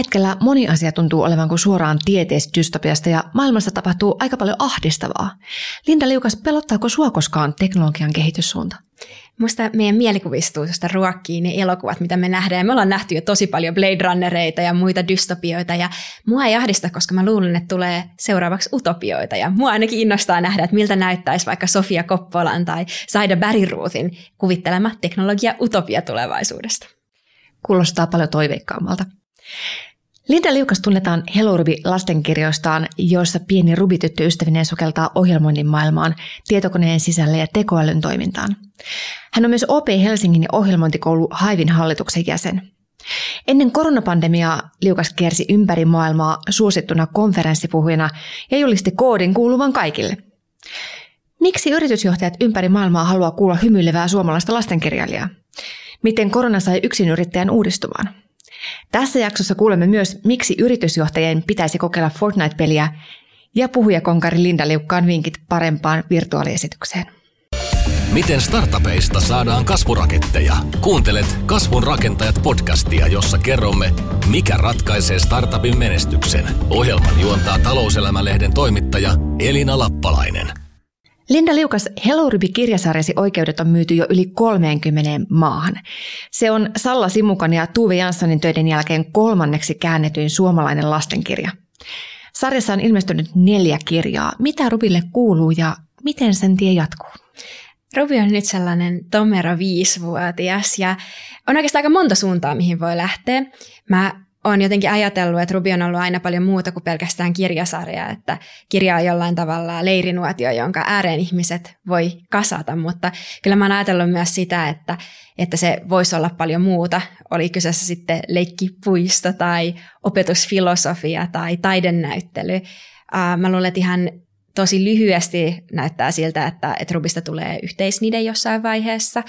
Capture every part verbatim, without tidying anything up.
hetkellä moni asia tuntuu olevan kuin suoraan tieteisdystopiasta ja maailmassa tapahtuu aika paljon ahdistavaa. Linda Liukas, pelottaako sua koskaan teknologian kehityssuunta? Musta meidän mielikuvistuu tuosta ruokkii ne elokuvat, mitä me nähdään. Ja me ollaan nähty jo tosi paljon Blade Runnereita ja muita dystopioita. Ja mua ei ahdista, koska mä luulen, että tulee seuraavaksi utopioita. Ja mua ainakin innostaa nähdä, että miltä näyttäisi vaikka Sofia Coppolan tai Saida Bareroothin kuvittelema teknologia-utopia tulevaisuudesta. Kuulostaa paljon toiveikkaammalta. Linda Liukas tunnetaan Hello Ruby lastenkirjoistaan, joissa pieni Ruby-tyttö ystävineen sukeltaa ohjelmoinnin maailmaan, tietokoneen sisälle ja tekoälyn toimintaan. Hän on myös O P Helsingin ja ohjelmointikoulu Haivin hallituksen jäsen. Ennen koronapandemiaa Liukas kiersi ympäri maailmaa suosittuna konferenssipuhujana ja julisti koodin kuuluvan kaikille. Miksi yritysjohtajat ympäri maailmaa haluaa kuulla hymyilevää suomalaista lastenkirjailijaa? Miten korona sai yksinyrittäjän uudistumaan? Tässä jaksossa kuulemme myös, miksi yritysjohtajien pitäisi kokeilla Fortnite-peliä ja puhujakonkari Linda Liukkaan vinkit parempaan virtuaaliesitykseen. Miten startupeista saadaan kasvuraketteja? Kuuntelet Kasvun rakentajat podcastia, jossa kerromme, mikä ratkaisee startupin menestyksen. Ohjelman juontaa Talouselämä-lehden toimittaja Elina Lappalainen. Linda Liukas, Hello Ruby-kirjasarjasi oikeudet on myyty jo yli kolmeenkymmeneen maahan. Se on Salla Simukan ja Tuve Janssonin töiden jälkeen kolmanneksi käännetyin suomalainen lastenkirja. Sarjassa on ilmestynyt neljä kirjaa. Mitä Rubylle kuuluu ja miten sen tie jatkuu? Ruby on nyt sellainen tomero viisivuotias ja on oikeastaan aika monta suuntaa, mihin voi lähteä. Mä olen jotenkin ajatellut, että Ruby on ollut aina paljon muuta kuin pelkästään kirjasarja, että kirja on jollain tavalla leirinuotio, jonka ääreen ihmiset voi kasata, mutta kyllä mä oon ajatellut myös sitä, että, että se voisi olla paljon muuta. Oli kyseessä sitten leikkipuisto tai opetusfilosofia tai taidennäyttely. Mä luulen, että ihan tosi lyhyesti näyttää siltä, että, että Rubysta tulee yhteisnide jossain vaiheessa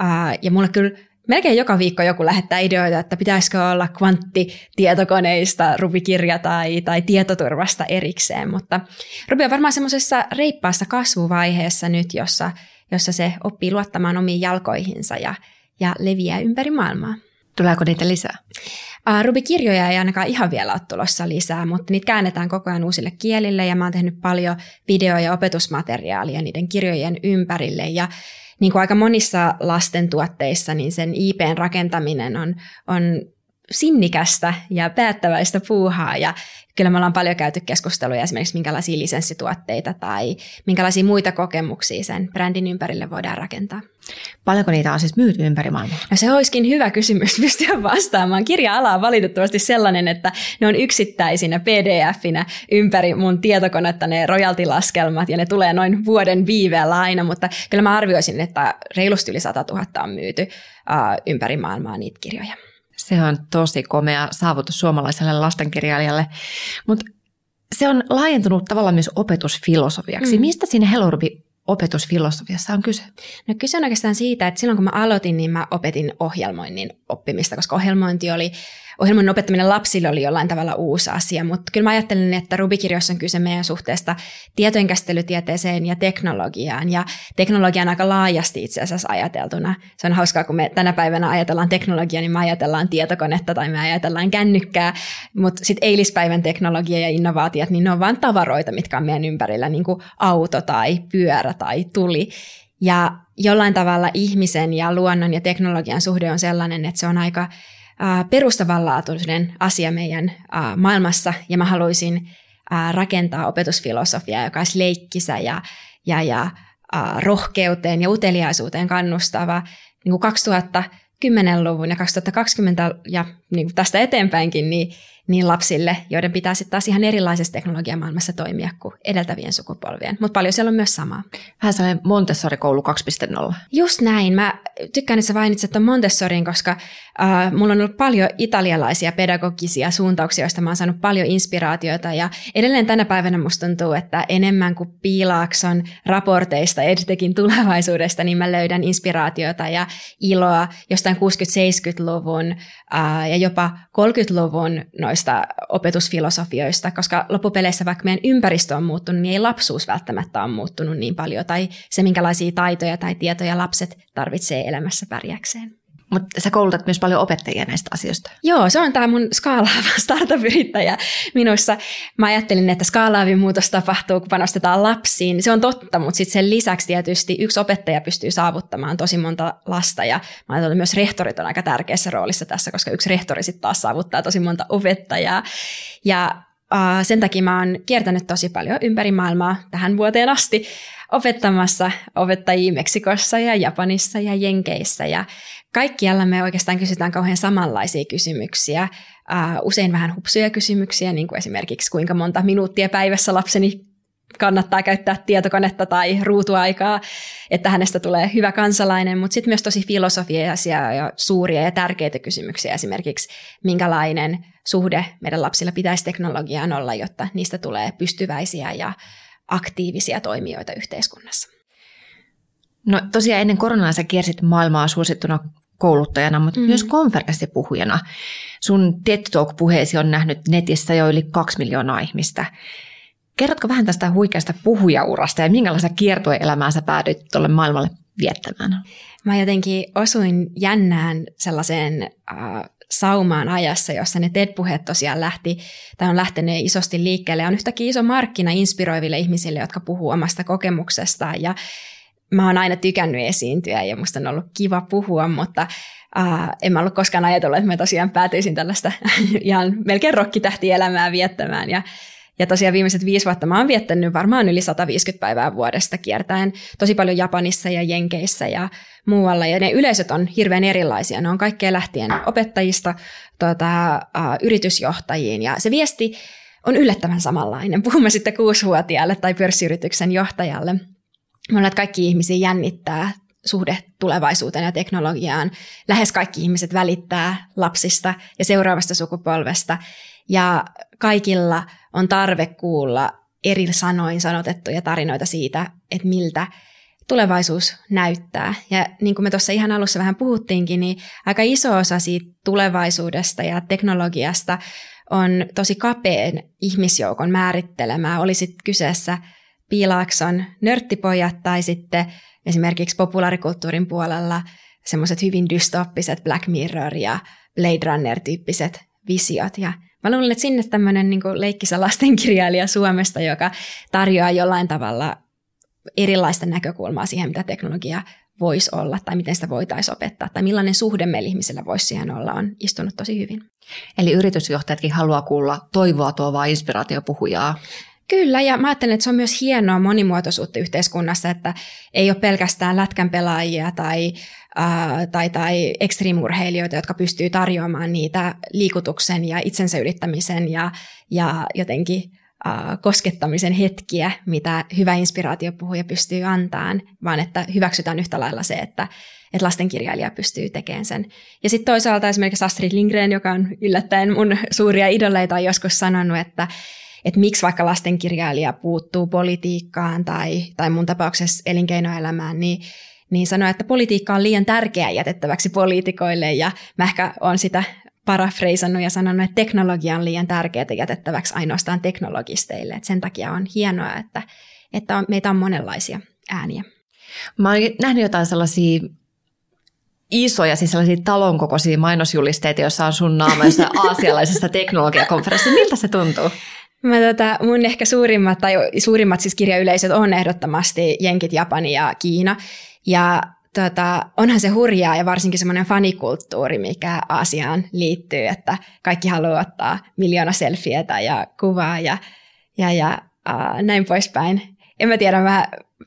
ja mulle kyllä melkein joka viikko joku lähettää ideoita, että pitäisikö olla kvanttitietokoneista Ruby-kirja tai, tai tietoturvasta erikseen, mutta Ruby on varmaan semmoisessa reippaassa kasvuvaiheessa nyt, jossa, jossa se oppii luottamaan omiin jalkoihinsa ja, ja leviää ympäri maailmaa. Tuleeko niitä lisää? Uh, Ruby-kirjoja ei ainakaan ihan vielä ole tulossa lisää, mutta niitä käännetään koko ajan uusille kielille ja mä oon tehnyt paljon video- ja opetusmateriaalia niiden kirjojen ympärille ja niin kuin aika monissa lasten tuotteissa, niin sen I P:n rakentaminen on, on sinnikästä ja päättäväistä puuhaa. Ja kyllä me ollaan paljon käyty keskusteluja esimerkiksi, minkälaisia lisenssituotteita tai minkälaisia muita kokemuksia sen brändin ympärille voidaan rakentaa. Paljonko niitä on siis myyty ympäri maailmaa? No se olisikin hyvä kysymys pystyä vastaamaan. Kirja-ala on valitettavasti sellainen, että ne on yksittäisinä P D F-inä ympäri mun tietokonetta ne royaltilaskelmat ja ne tulee noin vuoden viiveellä aina, mutta kyllä mä arvioisin, että reilusti yli sata tuhatta on myyty uh, ympäri maailmaa niitä kirjoja. Se on tosi komea saavutus suomalaiselle lastenkirjailijalle, mutta se on laajentunut tavallaan myös opetusfilosofiaksi. Mm. Mistä siinä Hello Ruby opetusfilosofiassa on kyse? No kyse on oikeastaan siitä, että silloin kun mä aloitin, niin mä opetin ohjelmoinnin oppimista, koska ohjelmointi oli, ohjelmoinnin opettaminen lapsille oli jollain tavalla uusi asia, mutta kyllä mä ajattelin, että Ruby-kirjoissa on kyse meidän suhteesta tietojenkäsittelytieteeseen ja teknologiaan, ja teknologia on aika laajasti itse asiassa ajateltuna. Se on hauskaa, kun me tänä päivänä ajatellaan teknologiaa, niin me ajatellaan tietokonetta tai me ajatellaan kännykkää, mutta sitten eilispäivän teknologia ja innovaatiot, niin ne on vain tavaroita, mitkä on meidän ympärillä, niin kuin auto tai pyörä tai tuli. Ja jollain tavalla ihmisen ja luonnon ja teknologian suhde on sellainen, että se on aika äh, perustavanlaatuinen asia meidän äh, maailmassa, ja mä haluaisin äh, rakentaa opetusfilosofiaa, joka olisi leikkisä ja, ja, ja äh, rohkeuteen ja uteliaisuuteen kannustava niin kuin kaksituhattakymmenluvun ja kaksituhattakaksikymmentä ja niin kuin tästä eteenpäinkin, niin niin lapsille, joiden pitää sitten taas ihan erilaisessa teknologiamaailmassa toimia kuin edeltävien sukupolvien. Mutta paljon siellä on myös samaa. Vähän sellainen Montessori-koulu kaksi piste nolla. Just näin. Mä tykkään, että sä mainitset ton Montessorin, koska äh, mulla on ollut paljon italialaisia pedagogisia suuntauksia, joista mä oon saanut paljon inspiraatiota. Ja edelleen tänä päivänä musta tuntuu, että enemmän kuin Piilaakson raporteista EdTechin tulevaisuudesta, niin mä löydän inspiraatiota ja iloa jostain kuusikymmentä-seitsemänkymmentäluvun äh, ja jopa kolmekymmentäluvun noista opetusfilosofioista, koska loppupeleissä vaikka meidän ympäristö on muuttunut, niin ei lapsuus välttämättä ole muuttunut niin paljon, tai se minkälaisia taitoja tai tietoja lapset tarvitsee elämässä pärjäkseen. Mutta sä koulutat myös paljon opettajia näistä asioista. Joo, se on tämä mun skaalaava startup-yrittäjä minussa. Mä ajattelin, että skaalaavin muutos tapahtuu, kun panostetaan lapsiin. Se on totta, mutta sitten sen lisäksi tietysti yksi opettaja pystyy saavuttamaan tosi monta lasta. Ja mä ajattelen, että myös rehtorit on aika tärkeässä roolissa tässä, koska yksi rehtori sitten taas saavuttaa tosi monta opettajaa. Ja uh, sen takia mä oon kiertänyt tosi paljon ympäri maailmaa tähän vuoteen asti opettamassa opettajia Meksikossa ja Japanissa ja Jenkeissä. Ja kaikkialla me oikeastaan kysytään kauhean samanlaisia kysymyksiä, uh, usein vähän hupsuja kysymyksiä, niin kuin esimerkiksi kuinka monta minuuttia päivässä lapseni kannattaa käyttää tietokonetta tai ruutuaikaa, että hänestä tulee hyvä kansalainen, mutta sitten myös tosi filosofiaisia ja suuria ja tärkeitä kysymyksiä, esimerkiksi minkälainen suhde meidän lapsilla pitäisi teknologiaan olla, jotta niistä tulee pystyväisiä ja aktiivisia toimijoita yhteiskunnassa. No tosiaan ennen koronaa sä kiersit maailmaa suosittuna kouluttajana, mutta mm. myös konferenssipuhujana. Sun TED Talk-puheesi on nähnyt netissä jo yli kaksi miljoonaa ihmistä. Kerrotko vähän tästä huikeasta puhujaurasta ja minkälaista kiertueelämää sä päädyit tuolle maailmalle viettämään? Mä jotenkin osuin jännään sellaiseen äh, saumaan ajassa, jossa ne TED-puheet tosiaan lähti tai on lähtenyt isosti liikkeelle. On yhtäkkiä iso markkina inspiroiville ihmisille, jotka puhuu omasta kokemuksestaan ja mä oon aina tykännyt esiintyä ja musta on ollut kiva puhua, mutta uh, en mä ollut koskaan ajatellut, että mä tosiaan päätyisin tällaista ihan melkein rokkitähtielämää viettämään. Ja, ja tosiaan viimeiset viisi vuotta mä oon viettänyt varmaan yli sata viisikymmentä päivää vuodesta kiertäen tosi paljon Japanissa ja Jenkeissä ja muualla. Ja ne yleisöt on hirveän erilaisia. Ne on kaikkea lähtien opettajista tota, uh, yritysjohtajiin ja se viesti on yllättävän samanlainen. Puhumme sitten kuusivuotiaalle tai pörssiyrityksen johtajalle. Mä luulen, että kaikki ihmisiä jännittää suhde tulevaisuuteen ja teknologiaan. Lähes kaikki ihmiset välittää lapsista ja seuraavasta sukupolvesta. Ja kaikilla on tarve kuulla eri sanoin sanotettuja tarinoita siitä, että miltä tulevaisuus näyttää. Ja niin kuin me tuossa ihan alussa vähän puhuttiinkin, niin aika iso osa siitä tulevaisuudesta ja teknologiasta on tosi kapeen ihmisjoukon määrittelemää. Oli sitten kyseessä Piilaakson nörttipojat tai sitten esimerkiksi populaarikulttuurin puolella semmoiset hyvin dystoppiset Black Mirror ja Blade Runner-tyyppiset visiot. Ja mä luulen, että sinne tämmöinen niin kuin leikkisä lastenkirjailija Suomesta, joka tarjoaa jollain tavalla erilaista näkökulmaa siihen, mitä teknologia voisi olla tai miten sitä voitaisiin opettaa tai millainen suhde meillä ihmisillä voisi siihen olla, on istunut tosi hyvin. Eli yritysjohtajatkin haluaa kuulla toivoa tuovaa inspiraatiopuhujaa. Kyllä, ja mä ajattelen, että se on myös hienoa monimuotoisuutta yhteiskunnassa, että ei ole pelkästään lätkänpelaajia tai, äh, tai, tai ekstriimurheilijoita, jotka pystyy tarjoamaan niitä liikutuksen ja itsensä yrittämisen ja, ja jotenkin äh, koskettamisen hetkiä, mitä hyvä inspiraatiopuhuja pystyy antamaan, vaan että hyväksytään yhtä lailla se, että, että lastenkirjailija pystyy tekemään sen. Ja sitten toisaalta esimerkiksi Astrid Lindgren, joka on yllättäen mun suuria idoleita, on joskus sanonut, että että miksi vaikka lastenkirjailija puuttuu politiikkaan tai, tai mun tapauksessa elinkeinoelämään, niin, niin sanoo, että politiikka on liian tärkeää jätettäväksi poliitikoille, ja mä ehkä olen sitä parafreisannut ja sanonut, että teknologia on liian tärkeää jätettäväksi ainoastaan teknologisteille. Et sen takia on hienoa, että, että on, meitä on monenlaisia ääniä. Mä oon nähnyt jotain sellaisia isoja, siis sellaisia talonkokoisia mainosjulisteita, joissa on sun naama jossain aasialaisessa teknologiakonferenssissa. Miltä se tuntuu? Mä tota, mun ehkä suurimmat, tai suurimmat siis kirjayleisöt on ehdottomasti Jenkit, Japani ja Kiina. Ja tota, onhan se hurjaa ja varsinkin semmoinen fanikulttuuri, mikä Aasiaan liittyy, että kaikki haluaa ottaa miljoona selfietä ja kuvaa ja, ja, ja äh, näin poispäin. En mä tiedä, mä...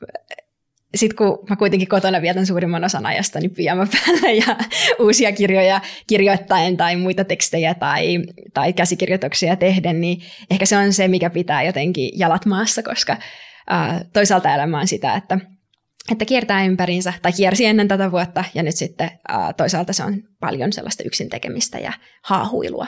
Sitten kun mä kuitenkin kotona vietän suurimman osan ajasta niin pyjama päällä ja uusia kirjoja kirjoittaen tai muita tekstejä tai, tai käsikirjoituksia tehden, niin ehkä se on se, mikä pitää jotenkin jalat maassa, koska ää, toisaalta elämä on sitä, että, että kiertää ympäriinsä tai kiersi ennen tätä vuotta ja nyt sitten ää, toisaalta se on paljon sellaista yksin tekemistä ja haahuilua.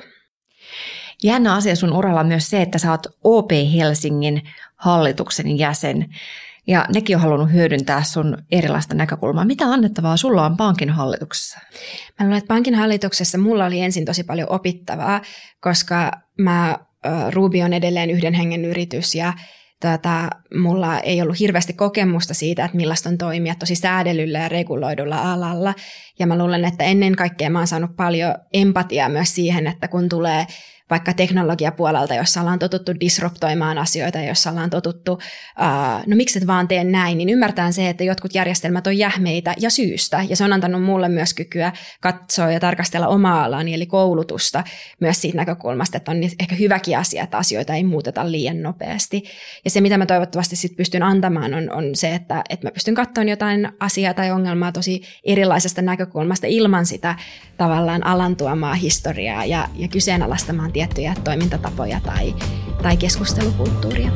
Jännä asia sun uralla on myös se, että sä oot O P Helsingin hallituksen jäsen. Ja nekin on halunnut hyödyntää sun erilaista näkökulmaa. Mitä annettavaa sulla on pankin hallituksessa? Mä luulen, että pankin hallituksessa mulla oli ensin tosi paljon opittavaa, koska mä, Ruby on edelleen yhden hengen yritys ja tota, mulla ei ollut hirveästi kokemusta siitä, että millaista on toimia tosi säädellyllä ja reguloidulla alalla. Ja mä luulen, että ennen kaikkea mä oon saanut paljon empatiaa myös siihen, että kun tulee vaikka teknologiapuolelta, jossa ollaan totuttu disruptoimaan asioita, jossa ollaan totuttu, uh, no miksi et vaan tee näin, niin ymmärtää se, että jotkut järjestelmät on jähmeitä ja syystä. Ja se on antanut mulle myös kykyä katsoa ja tarkastella omaa alani, eli koulutusta, myös siitä näkökulmasta, että on ehkä hyväkin asia, että asioita ei muuteta liian nopeasti. Ja se, mitä mä toivottavasti sit pystyn antamaan, on, on se, että, että mä pystyn katsomaan jotain asiaa tai ongelmaa tosi erilaisesta näkökulmasta ilman sitä tavallaan alan tuomaa historiaa ja, ja kyseenalaistamaan tiettyjä toimintatapoja tai, tai keskustelukulttuuria.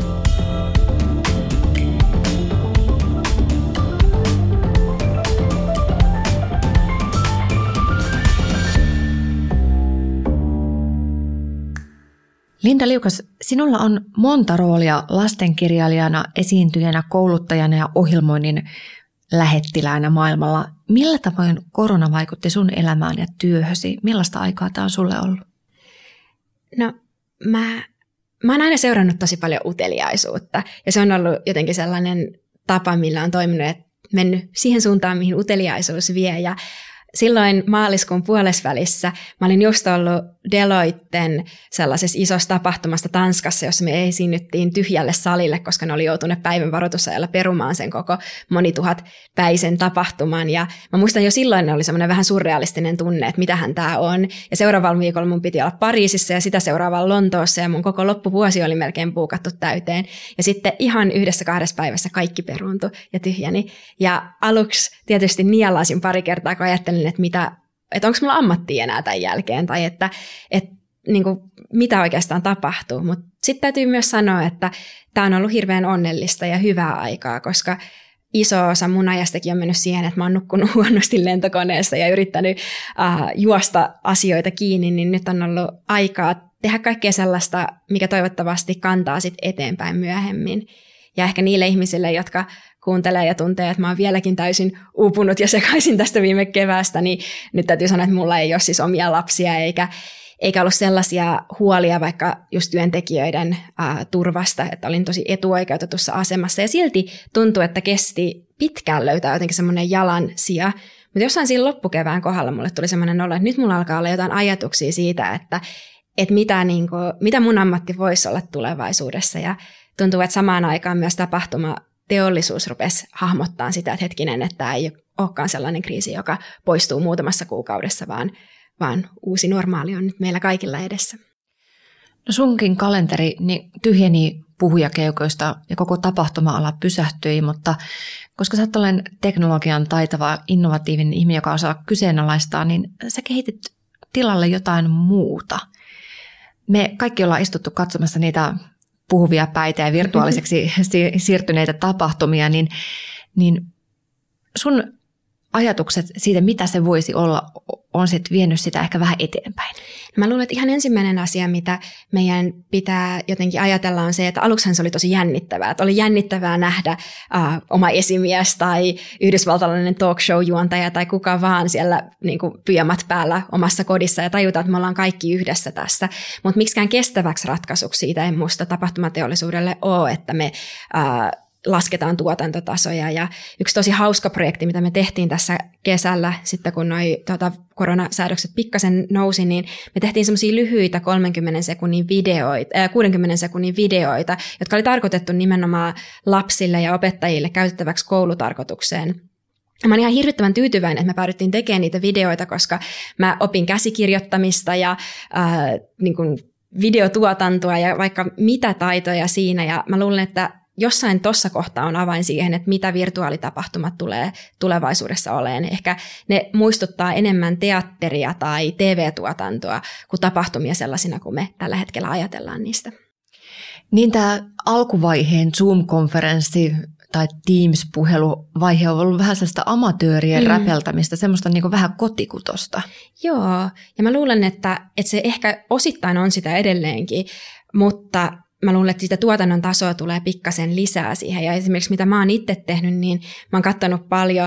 Linda Liukas, sinulla on monta roolia lastenkirjailijana, esiintyjänä, kouluttajana ja ohjelmoinnin lähettiläänä maailmalla. Millä tavoin korona vaikutti sun elämään ja työhösi? Millaista aikaa tämä on sulle ollut? No mä, mä oon aina seurannut tosi paljon uteliaisuutta ja se on ollut jotenkin sellainen tapa, millä on toiminut, että mennyt siihen suuntaan, mihin uteliaisuus vie. Ja silloin maaliskuun puolesvälissä mä olin just ollut Deloitten sellaisessa isossa tapahtumassa Tanskassa, jossa me esiinnyttiin tyhjälle salille, koska ne oli joutuneet päivän varoitusajalla perumaan sen koko monituhat päisen tapahtuman. Ja mä muistan jo silloin oli semmoinen vähän surrealistinen tunne, että mitähän tämä on. Ja seuraavalla viikolla mun piti olla Pariisissa ja sitä seuraavalla Lontoossa ja mun koko loppuvuosi oli melkein puukattu täyteen. Ja sitten ihan yhdessä kahdessa päivässä kaikki peruuntui ja tyhjäni. Ja aluksi tietysti nielasin pari kertaa, kun ajattelin, että, mitä, että onko mulla ammattia enää tämän jälkeen tai että, että niin kuin, mitä oikeastaan tapahtuu. Mutta sitten täytyy myös sanoa, että tämä on ollut hirveän onnellista ja hyvää aikaa, koska iso osa mun ajastakin on mennyt siihen, että mä oon nukkunut huonosti lentokoneessa ja yrittänyt uh, juosta asioita kiinni, niin nyt on ollut aikaa tehdä kaikkea sellaista, mikä toivottavasti kantaa sit eteenpäin myöhemmin. Ja ehkä niille ihmisille, jotka kuuntelee ja tuntee, että mä oon vieläkin täysin uupunut ja sekaisin tästä viime keväästä, niin nyt täytyy sanoa, että mulla ei ole siis omia lapsia eikä, eikä ollut sellaisia huolia vaikka just työntekijöiden ää, turvasta, että olin tosi etuoikeutetussa asemassa ja silti tuntuu, että kesti pitkään löytää jotenkin semmoinen jalansija. Mutta jossain siinä loppukevään kohdalla mulle tuli semmoinen olo, että nyt mulla alkaa olla jotain ajatuksia siitä, että, että mitä, niin kuin, mitä mun ammatti voisi olla tulevaisuudessa ja tuntuu, että samaan aikaan myös tapahtuma teollisuus rupesi hahmottaa sitä, että hetkinen, että tämä ei olekaan sellainen kriisi, joka poistuu muutamassa kuukaudessa, vaan, vaan uusi normaali on nyt meillä kaikilla edessä. No sunkin kalenteri niin tyhjeni puhujakeukoista ja koko tapahtuma-ala pysähtyi, mutta koska sä oot tällainen teknologian taitava, innovatiivinen ihminen, joka osaa kyseenalaistaa, niin sä kehitit tilalle jotain muuta. Me kaikki ollaan istuttu katsomassa niitä puhuvia päitä ja virtuaaliseksi siirtyneitä tapahtumia, niin, niin sun ajatukset siitä, mitä se voisi olla, on sitten vienyt sitä ehkä vähän eteenpäin? Mä luulen, että ihan ensimmäinen asia, mitä meidän pitää jotenkin ajatella, on se, että aluksihan se oli tosi jännittävää. Että oli jännittävää nähdä uh, oma esimies tai yhdysvaltalainen talk show-juontaja tai kuka vaan siellä niin kuin pyjamat päällä omassa kodissa ja tajuta, että me ollaan kaikki yhdessä tässä. Mutta miksikään kestäväksi ratkaisuksi siitä ei musta tapahtumateollisuudelle ole, että me Uh, lasketaan tuotantotasoja ja yksi tosi hauska projekti, mitä me tehtiin tässä kesällä, sitten kun noi tuota, koronasäädökset pikkasen nousi, niin me tehtiin semmoisia lyhyitä kolmenkymmenen sekunnin videoita, äh, kuudenkymmenen sekunnin videoita, jotka oli tarkoitettu nimenomaan lapsille ja opettajille käytettäväksi koulutarkoitukseen. Mä olen ihan hirvittävän tyytyväinen, että me päädyttiin tekemään niitä videoita, koska mä opin käsikirjoittamista ja äh, niin kuin videotuotantoa ja vaikka mitä taitoja siinä ja mä luulen, että jossain tuossa kohtaa on avain siihen, että mitä virtuaalitapahtumat tulee tulevaisuudessa oleen. Ehkä ne muistuttaa enemmän teatteria tai T V-tuotantoa kuin tapahtumia sellaisina, kuin me tällä hetkellä ajatellaan niistä. Niin tämä alkuvaiheen Zoom-konferenssi tai Teams-puheluvaihe on ollut vähän sellaista amatöörien mm. räpeltämistä, semmoista niin kuin vähän kotikutosta. Joo, ja mä luulen, että, että se ehkä osittain on sitä edelleenkin, mutta mä luulen, että sitä tuotannon tasoa tulee pikkasen lisää siihen. Ja esimerkiksi mitä mä oon itse tehnyt, niin mä oon katsonut paljon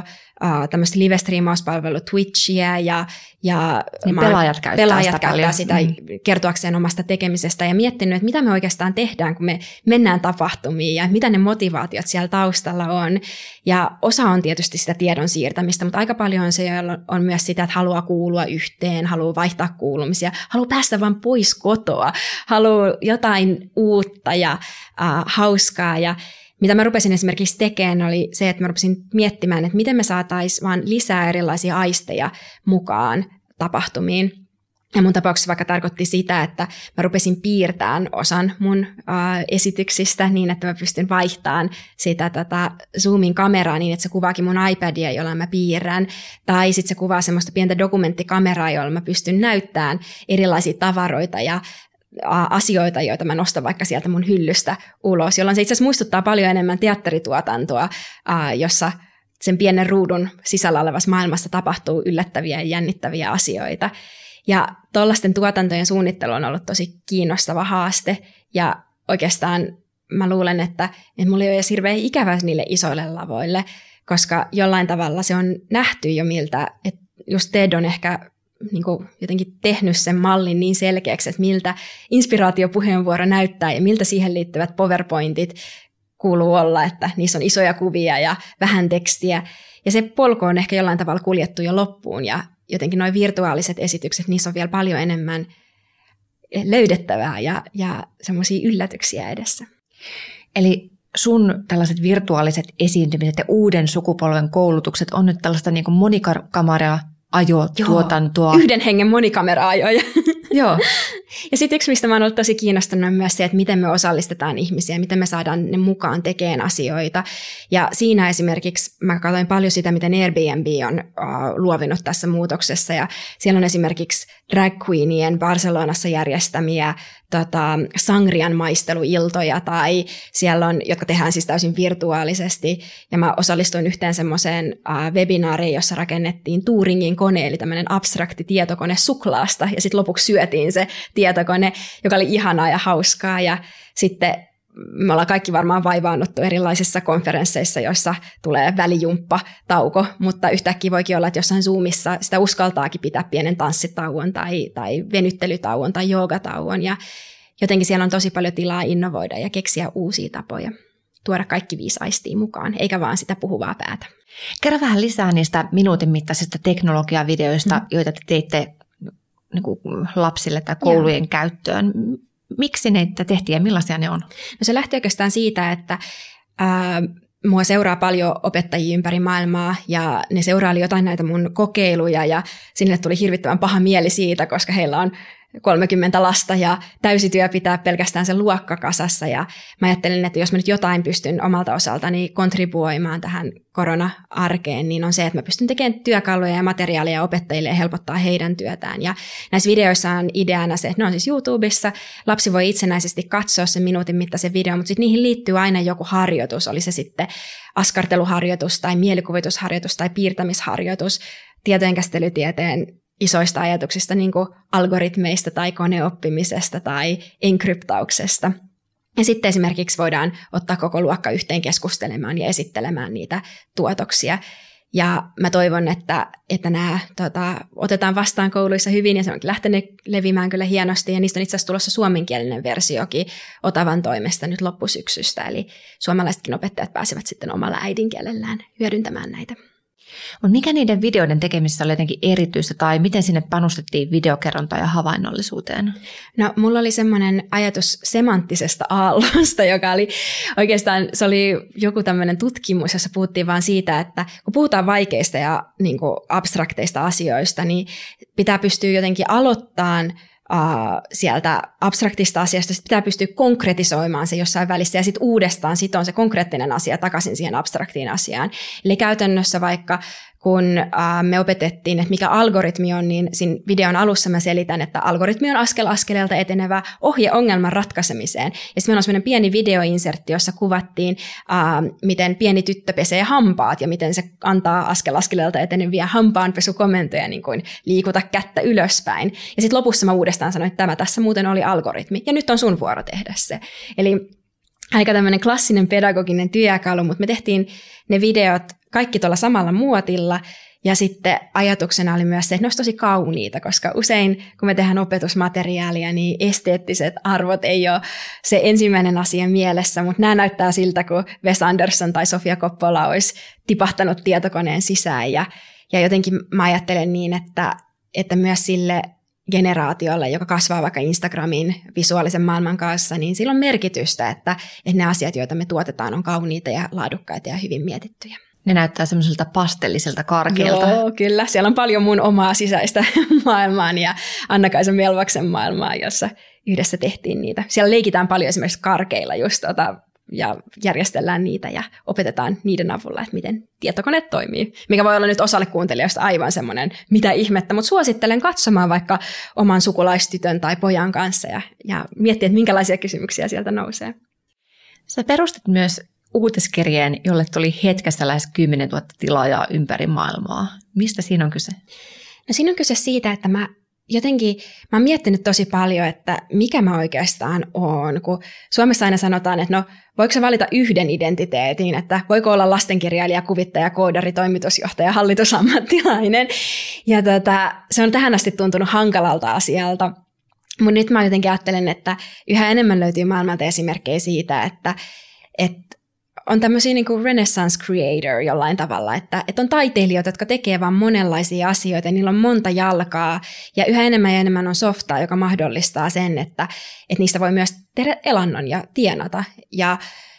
uh, tämmöistä live-striimauspalvelua Twitchiä ja, ja niin pelaajat käyttää pelaajat sitä, käyttää sitä mm. kertoakseen omasta tekemisestä ja miettinyt, että mitä me oikeastaan tehdään, kun me mennään tapahtumiin ja mitä ne motivaatiot siellä taustalla on. Ja osa on tietysti sitä tiedon siirtämistä, mutta aika paljon on se, jolla on myös sitä, että haluaa kuulua yhteen, haluaa vaihtaa kuulumisia, haluaa päästä vaan pois kotoa, haluaa jotain uutta ja uh, hauskaa ja mitä mä rupesin esimerkiksi tekemään oli se, että mä rupesin miettimään, että miten me saataisiin vaan lisää erilaisia aisteja mukaan tapahtumiin. Ja mun tapauksessa vaikka tarkoitti sitä, että mä rupesin piirtämään osan mun äh, esityksistä niin, että mä pystyn vaihtamaan sitä tätä Zoomin kameraa niin, että se kuvaakin mun iPadia, jolla mä piirrän. Tai sitten se kuvaa semmoista pientä dokumenttikameraa, jolla mä pystyn näyttämään erilaisia tavaroita ja asioita, joita mä nostan vaikka sieltä mun hyllystä ulos, jolloin se itse asiassa muistuttaa paljon enemmän teatterituotantoa, jossa sen pienen ruudun sisällä olevassa maailmassa tapahtuu yllättäviä ja jännittäviä asioita. Ja tuollaisten tuotantojen suunnittelu on ollut tosi kiinnostava haaste, ja oikeastaan mä luulen, että, että mulla ei ole edes hirveän ikävä niille isoille lavoille, koska jollain tavalla se on nähty jo miltä, että just TED on ehkä niin kuin jotenkin tehnyt sen mallin niin selkeäksi, että miltä inspiraatiopuheenvuoro näyttää ja miltä siihen liittyvät PowerPointit kuuluu olla, että niissä on isoja kuvia ja vähän tekstiä. Ja se polku on ehkä jollain tavalla kuljettu jo loppuun ja jotenkin nuo virtuaaliset esitykset, niissä on vielä paljon enemmän löydettävää ja, ja semmoisia yllätyksiä edessä. Eli sun tällaiset virtuaaliset esiintymiset ja uuden sukupolven koulutukset on nyt tällaista niin kuin monikamera ajotuotantoa. Yhden hengen monikamera-ajoja. Joo. Ja sitten yksi, mistä mä oon ollut tosi kiinnostunut, on myös se, että miten me osallistetaan ihmisiä, miten me saadaan ne mukaan tekemään asioita. Ja siinä esimerkiksi mä katsoin paljon sitä, miten Airbnb on uh, luovinut tässä muutoksessa. Ja siellä on esimerkiksi drag queenien Barcelonassa järjestämiä tota, sangrian maisteluiltoja, tai siellä on, jotka tehdään siis täysin virtuaalisesti. Ja mä osallistuin yhteen semmoiseen uh, webinaariin, jossa rakennettiin Turingin kone, eli tämmöinen abstrakti tietokone suklaasta, ja sitten lopuksi syötiin se tietokone, joka oli ihanaa ja hauskaa, ja sitten me ollaan kaikki varmaan vaivaannuttu erilaisissa konferensseissa, joissa tulee välijumppa, tauko, mutta yhtäkkiä voikin olla, että jossain Zoomissa sitä uskaltaakin pitää pienen tanssitauon tai, tai venyttelytauon tai joogatauon, ja jotenkin siellä on tosi paljon tilaa innovoida ja keksiä uusia tapoja, tuoda kaikki viisi aistia mukaan, eikä vaan sitä puhuvaa päätä. Kerro vähän lisää niistä minuutin mittaisista teknologiavideoista, mm. joita te teitte niin kuin lapsille tai koulujen Joo. käyttöön. Miksi neitä tehtiin ja millaisia ne on? No se lähti oikeastaan siitä, että ää, mua seuraa paljon opettajia ympäri maailmaa ja ne seuraili jotain näitä mun kokeiluja ja sinne tuli hirvittävän paha mieli siitä, koska heillä on kolmekymmentä lasta ja täysityö pitää pelkästään sen luokka kasassa ja mä ajattelin, että jos mä nyt jotain pystyn omalta osaltani kontribuoimaan tähän korona-arkeen, niin on se, että mä pystyn tekemään työkaluja ja materiaaleja opettajille ja helpottaa heidän työtään. Ja näissä videoissa on ideana se, että ne on siis YouTubessa, lapsi voi itsenäisesti katsoa sen minuutin mittaisen videon, mutta sitten niihin liittyy aina joku harjoitus, oli se sitten askarteluharjoitus tai mielikuvitusharjoitus tai piirtämisharjoitus, tietojenkäsittelytieteen isoista ajatuksista, niin kuin algoritmeista tai koneoppimisesta tai enkryptauksesta. Ja sitten esimerkiksi voidaan ottaa koko luokka yhteen keskustelemaan ja esittelemään niitä tuotoksia. Ja mä toivon, että, että nämä tota, otetaan vastaan kouluissa hyvin ja se onkin lähtenyt levimään kyllä hienosti. Ja niistä on itse asiassa tulossa suomenkielinen versiokin Otavan toimesta nyt loppusyksystä. Eli suomalaisetkin opettajat pääsevät sitten omalla äidinkielellään hyödyntämään näitä. Mutta mikä niiden videoiden tekemisessä oli jotenkin erityistä tai miten sinne panostettiin videokerrontaan ja havainnollisuuteen? No mulla oli semmoinen ajatus semanttisesta aallosta, joka oli oikeastaan, se oli joku tämmöinen tutkimus, jossa puhuttiin vaan siitä, että kun puhutaan vaikeista ja niin kuin abstrakteista asioista, niin pitää pystyä jotenkin aloittamaan Uh, sieltä abstraktista asiasta, sitten pitää pystyä konkretisoimaan se jossain välissä ja sitten uudestaan sitoon se konkreettinen asia takaisin siihen abstraktiin asiaan. Eli käytännössä vaikka kun uh, me opetettiin, että mikä algoritmi on, niin siinä videon alussa mä selitän, että algoritmi on askel askeleelta etenevä ohje ongelman ratkaisemiseen. Ja sitten meillä on semmoinen pieni videoinsertti, jossa kuvattiin, uh, miten pieni tyttö pesee hampaat ja miten se antaa askel askeleelta eteneviä hampaanpesukomentoja, niin kuin liikuta kättä ylöspäin. Ja sitten lopussa mä uudestaan sanoin, että tämä tässä muuten oli algoritmi ja nyt on sun vuoro tehdä se. Eli aika tämmöinen klassinen pedagoginen työkalu, mutta me tehtiin ne videot kaikki tuolla samalla muotilla. Ja sitten ajatuksena oli myös se, että ne olisi tosi kauniita, koska usein kun me tehdään opetusmateriaalia, niin esteettiset arvot ei ole se ensimmäinen asia mielessä, mutta nämä näyttää siltä, kun Wes Anderson tai Sofia Coppola olisi tipahtanut tietokoneen sisään. Ja, ja jotenkin mä ajattelen niin, että, että myös sille generaatiolle, joka kasvaa vaikka Instagramin visuaalisen maailman kanssa, niin sillä on merkitystä, että, että ne asiat, joita me tuotetaan, on kauniita ja laadukkaita ja hyvin mietittyjä. Ne näyttää semmoiselta pastelliselta karkeelta. Joo, kyllä. Siellä on paljon mun omaa sisäistä maailmaani ja Anna-Kaisa Melvaksen maailmaa, jossa yhdessä tehtiin niitä. Siellä leikitään paljon esimerkiksi karkeilla just tota, ja järjestellään niitä ja opetetaan niiden avulla, että miten tietokone toimii. Mikä voi olla nyt osalle kuuntelijoista aivan semmoinen mitä ihmettä, mutta suosittelen katsomaan vaikka oman sukulaistytön tai pojan kanssa ja, ja miettiä, että minkälaisia kysymyksiä sieltä nousee. Sä perustit myös uutiskirjeen, jolle tuli hetkessä lähes kymmenen tuhatta tilaajaa ympäri maailmaa. Mistä siinä on kyse? No siinä on kyse siitä, että mä jotenkin, mä oon miettinyt tosi paljon, että mikä mä oikeastaan oon, kun Suomessa aina sanotaan, että no voiko sä valita yhden identiteetin, että voiko olla lastenkirjailija, kuvittaja, koodari, toimitusjohtaja, hallitusammattilainen. Ja tota, se on tähän asti tuntunut hankalalta asialta. Mutta nyt mä jotenkin ajattelen, että yhä enemmän löytyy maailmalta esimerkkejä siitä, että, että on tämmöisiä niin kuin renaissance creator jollain tavalla, että, että on taiteilijoita, jotka tekee vaan monenlaisia asioita, ja niillä on monta jalkaa, ja yhä enemmän ja enemmän on softaa, joka mahdollistaa sen, että, että niistä voi myös tehdä elannon ja tienata. Ja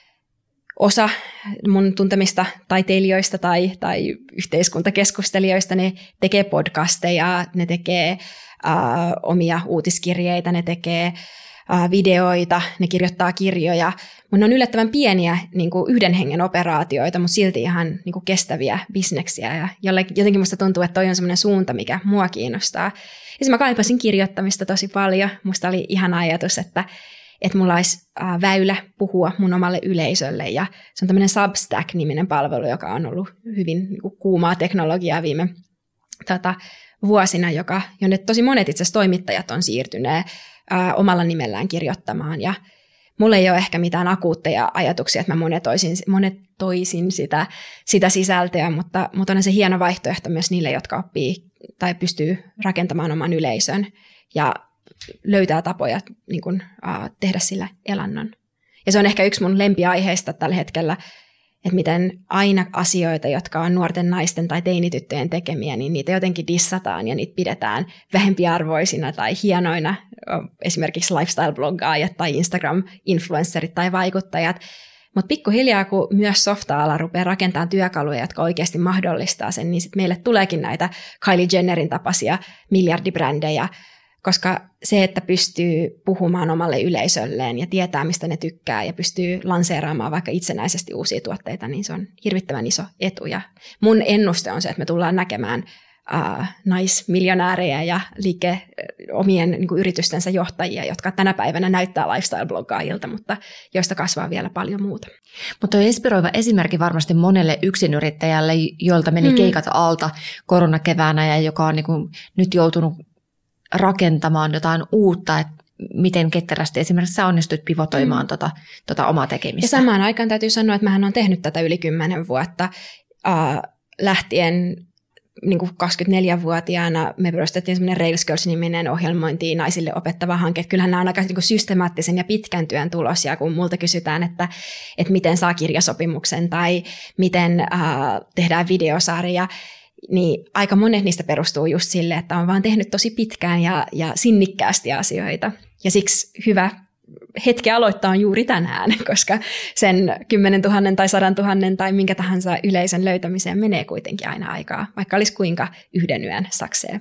osa mun tuntemista taiteilijoista tai, tai yhteiskuntakeskustelijoista, ne tekee podcasteja, ne tekee äh, omia uutiskirjeitä, ne tekee videoita, ne kirjoittaa kirjoja, mutta ne on yllättävän pieniä niin kuin yhden hengen operaatioita, mutta silti ihan niin kuin kestäviä bisneksiä. Ja jotenkin musta tuntuu, että toi on semmoinen suunta, mikä mua kiinnostaa. Ja mä kaipasin kirjoittamista tosi paljon. Musta oli ihana ajatus, että, että mulla olisi väylä puhua mun omalle yleisölle. Ja se on tämmöinen Substack-niminen palvelu, joka on ollut hyvin niin kuin kuumaa teknologiaa viime tota, vuosina, joka, jonne tosi monet itse asiassa toimittajat on siirtyneet Ää, omalla nimellään kirjoittamaan. Ja mulla ei ole ehkä mitään akuutteja ajatuksia, että mä monetoisin, monetoisin sitä, sitä sisältöä, mutta, mutta on se hieno vaihtoehto myös niille, jotka oppii tai pystyy rakentamaan oman yleisön ja löytää tapoja niin kun, ää, tehdä sillä elannon. Ja se on ehkä yksi mun lempiaiheista tällä hetkellä, että miten aina asioita, jotka on nuorten naisten tai teinityttöjen tekemiä, niin niitä jotenkin dissataan ja niitä pidetään vähempiarvoisina tai hienoina. Esimerkiksi lifestyle-bloggaajat tai Instagram-influencerit tai vaikuttajat. Mutta pikkuhiljaa, kun myös softa-ala rupeaa rakentamaan työkaluja, jotka oikeasti mahdollistaa sen, niin sitten meille tuleekin näitä Kylie Jennerin tapaisia miljardibrändejä, koska se, että pystyy puhumaan omalle yleisölleen ja tietää, mistä ne tykkää ja pystyy lanseeraamaan vaikka itsenäisesti uusia tuotteita, niin se on hirvittävän iso etu. Ja mun ennuste on se, että me tullaan näkemään uh, naismiljonäärejä ja liike omien niin kuin yritystensä johtajia, jotka tänä päivänä näyttää lifestyle-bloggaajilta, mutta joista kasvaa vielä paljon muuta. Mutta on inspiroiva esimerkki varmasti monelle yksinyrittäjälle, joilta meni mm. keikat alta koronakeväänä ja joka on niin kuin nyt joutunut rakentamaan jotain uutta, että miten ketterästi esimerkiksi sä onnistuit pivotoimaan mm. tota, tota omaa tekemistä. Ja samaan aikaan täytyy sanoa, että mähän olen tehnyt tätä yli kymmenen vuotta. Äh, lähtien niin kuin kaksikymmentäneljävuotiaana me perustettiin semmoinen Rails Girls-niminen ohjelmointiin naisille opettava hanke. Kyllähän nämä on aika niin kuin systemaattisen ja pitkän työn tulos, ja kun multa kysytään, että, että miten saa kirjasopimuksen tai miten äh, tehdään videosarja, niin aika monet niistä perustuu just sille, että on vaan tehnyt tosi pitkään ja, ja sinnikkäästi asioita. Ja siksi hyvä hetki aloittaa on juuri tänään, koska sen kymmenen tuhannen tai sadan tuhannen tai minkä tahansa yleisön löytämiseen menee kuitenkin aina aikaa, vaikka olisi kuinka yhden yön saksee.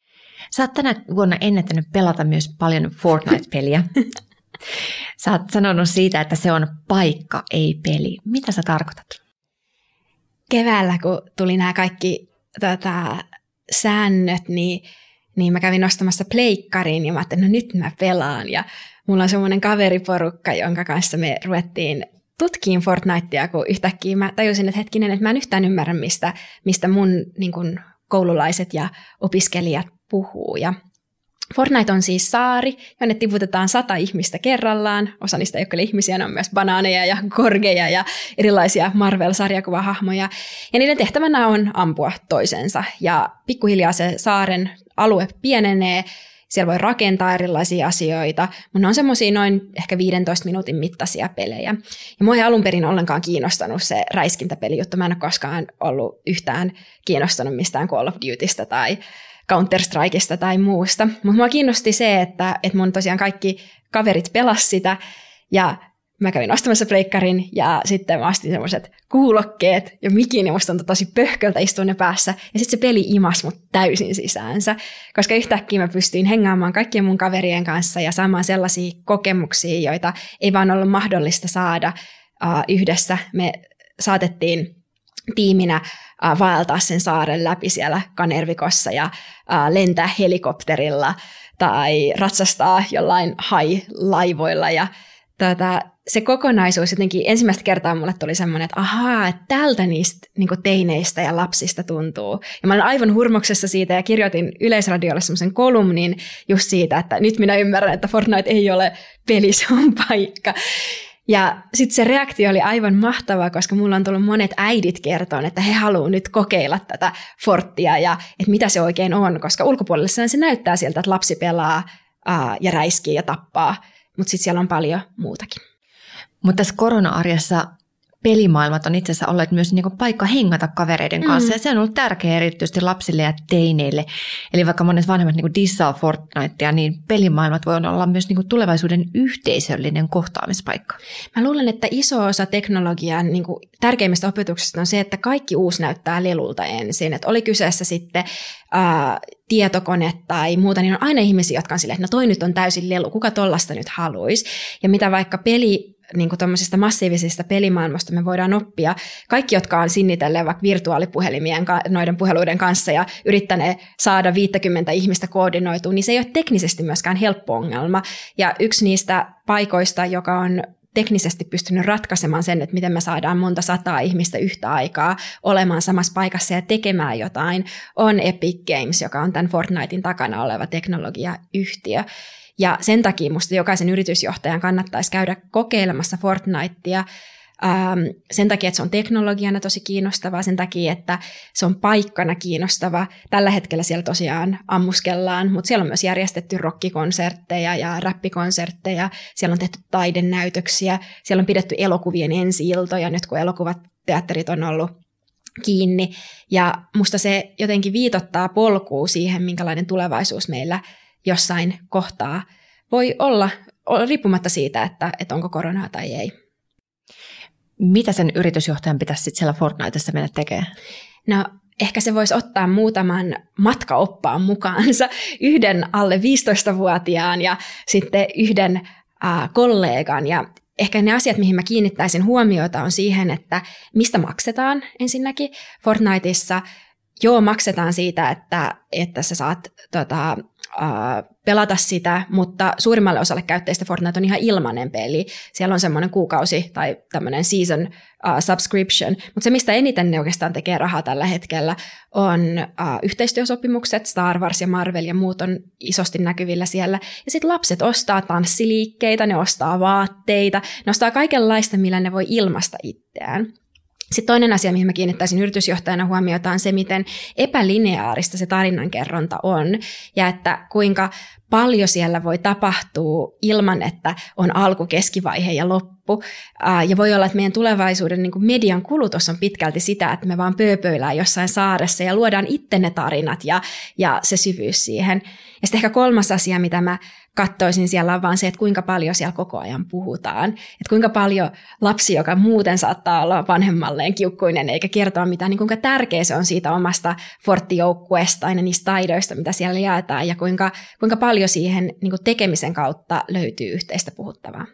Sä oot tänä vuonna ennättänyt pelata myös paljon Fortnite-peliä. Sä oot sanonut siitä, että se on paikka, ei peli. Mitä sä tarkoitat? Keväällä, kun tuli nämä kaikki Tota, säännöt, niin, niin mä kävin ostamassa pleikkarin ja mä ajattelin, no nyt mä pelaan. Ja mulla on semmoinen kaveriporukka, jonka kanssa me ruvettiin tutkiin Fortnitea, kun yhtäkkiä mä tajusin, että hetkinen, että mä en yhtään ymmärrä, mistä, mistä mun niin kun, koululaiset ja opiskelijat puhuu. Ja Fortnite on siis saari, jonne tiputetaan sata ihmistä kerrallaan. Osa niistä ei ole kyllä ihmisiä, ne on myös banaaneja ja korgeja ja erilaisia Marvel-sarjakuvahahmoja. Ja niiden tehtävänä on ampua toisensa. Ja pikkuhiljaa se saaren alue pienenee. Siellä voi rakentaa erilaisia asioita, mutta ne on semmoisia noin ehkä viidentoista minuutin mittaisia pelejä. Ja mua ei alun perin ollenkaan kiinnostanut se räiskintäpelijuttu. Mä en ole koskaan ollut yhtään kiinnostunut mistään Call of Dutystä tai Counter-Strikeista tai muusta. Mutta mua kiinnosti se, että, että mun tosiaan kaikki kaverit pelas sitä ja mä kävin ostamassa pleikkarin ja sitten mä astin semmoiset kuulokkeet ja mikin ja musta tuntui tosi pöhköltä istua ne päässä. Ja sitten se peli imas mut täysin sisäänsä, koska yhtäkkiä mä pystyin hengaamaan kaikkien mun kaverien kanssa ja saamaan sellaisia kokemuksia, joita ei vaan ollut mahdollista saada uh, yhdessä. Me saatettiin tiiminä uh, vaeltaa sen saaren läpi siellä Kanervikossa ja uh, lentää helikopterilla tai ratsastaa jollain hai-laivoilla ja Tätä, se kokonaisuus jotenkin ensimmäistä kertaa mulle tuli semmoinen, että ahaa, että tältä niistä niin kuin teineistä ja lapsista tuntuu. Ja mä olen aivan hurmoksessa siitä ja kirjoitin Yleisradiolle semmoisen kolumnin just siitä, että nyt minä ymmärrän, että Fortnite ei ole peli, se on paikka. Ja sitten se reaktio oli aivan mahtava, koska mulla on tullut monet äidit kertoon, että he haluavat nyt kokeilla tätä Forttia ja että mitä se oikein on, koska ulkopuolella se näyttää sieltä, että lapsi pelaa ää, ja räiskii ja tappaa. Mutta sitten siellä on paljon muutakin. Mutta tässä korona-arjessa pelimaailmat on itse asiassa olleet myös niinku paikka hengata kavereiden kanssa. Mm. Ja se on ollut tärkeää erityisesti lapsille ja teineille. Eli vaikka monet vanhemmat niinku dissaa Fortnitea, niin pelimaailmat voi olla myös niinku tulevaisuuden yhteisöllinen kohtaamispaikka. Mä luulen, että iso osa teknologian niinku tärkeimmistä opetuksista on se, että kaikki uusi näyttää lelulta ensin. Et oli kyseessä sitten ää, tietokone tai muuta, niin on aina ihmisiä, jotka on silleen, että no toi nyt on täysin lelu, kuka tollasta nyt haluaisi. Ja mitä vaikka peli niin kuin tuommoisista massiivisista pelimaailmasta me voidaan oppia. Kaikki, jotka on sinnitelleet vaikka virtuaalipuhelimien noiden puheluiden kanssa ja yrittäneet saada viisikymmentä ihmistä koordinoitua, niin se ei ole teknisesti myöskään helppo ongelma. Ja yksi niistä paikoista, joka on teknisesti pystynyt ratkaisemaan sen, että miten me saadaan monta sataa ihmistä yhtä aikaa olemaan samassa paikassa ja tekemään jotain, on Epic Games, joka on tämän Fortnitein takana oleva teknologiayhtiö. Ja sen takia musta jokaisen yritysjohtajan kannattaisi käydä kokeilemassa Fortnitea ähm, sen takia, että se on teknologiana tosi kiinnostavaa, sen takia, että se on paikkana kiinnostava. Tällä hetkellä siellä tosiaan ammuskellaan, mutta siellä on myös järjestetty rockikonsertteja ja räppikonsertteja, siellä on tehty taidenäytöksiä, siellä on pidetty elokuvien ensi-iltoja, nyt kun elokuvat, teatterit on ollut kiinni. Ja musta se jotenkin viitottaa polkua siihen, minkälainen tulevaisuus meillä jossain kohtaa voi olla, riippumatta siitä, että, että onko koronaa tai ei. Mitä sen yritysjohtajan pitäisi sitten siellä Fortnitessa mennä tekemään? No ehkä se voisi ottaa muutaman matkaoppaan mukaansa, yhden alle viisitoistavuotiaan ja sitten yhden äh, kollegan. Ja ehkä ne asiat, mihin mä kiinnittäisin huomiota, on siihen, että mistä maksetaan ensinnäkin Fortniteissa. Joo, maksetaan siitä, että, että sä saat tota, Uh, pelata sitä, mutta suurimmalle osalle käyttäjistä Fortnite on ihan ilmainen peli. Siellä on semmoinen kuukausi tai tämmöinen season uh, subscription, mutta se, mistä eniten ne oikeastaan tekee rahaa tällä hetkellä, on uh, yhteistyösopimukset, Star Wars ja Marvel ja muut on isosti näkyvillä siellä. Ja sitten lapset ostaa tanssiliikkeitä, ne ostaa vaatteita, ne ostaa kaikenlaista, millä ne voi ilmaista itseään. Sitten toinen asia, mihin mä kiinnittäisin yritysjohtajana huomiota, on se, miten epälineaarista se tarinankerronta on ja että kuinka paljon siellä voi tapahtua ilman, että on alku, keskivaihe ja loppu. Ja voi olla, että meidän tulevaisuuden niin kuin median kulutus on pitkälti sitä, että me vaan pööpöillään jossain saaressa ja luodaan itse ne tarinat ja, ja se syvyys siihen. Ja sitten ehkä kolmas asia, mitä mä katsoisin siellä on vaan se, että kuinka paljon siellä koko ajan puhutaan. Että kuinka paljon lapsi, joka muuten saattaa olla vanhemmalleen kiukkuinen eikä kertoa mitään, niin kuinka tärkeä se on siitä omasta Fortti-joukkueesta aina niistä taidoista, mitä siellä jaetaan ja kuinka, kuinka paljon siihen niin kuin tekemisen kautta löytyy yhteistä puhuttavaa.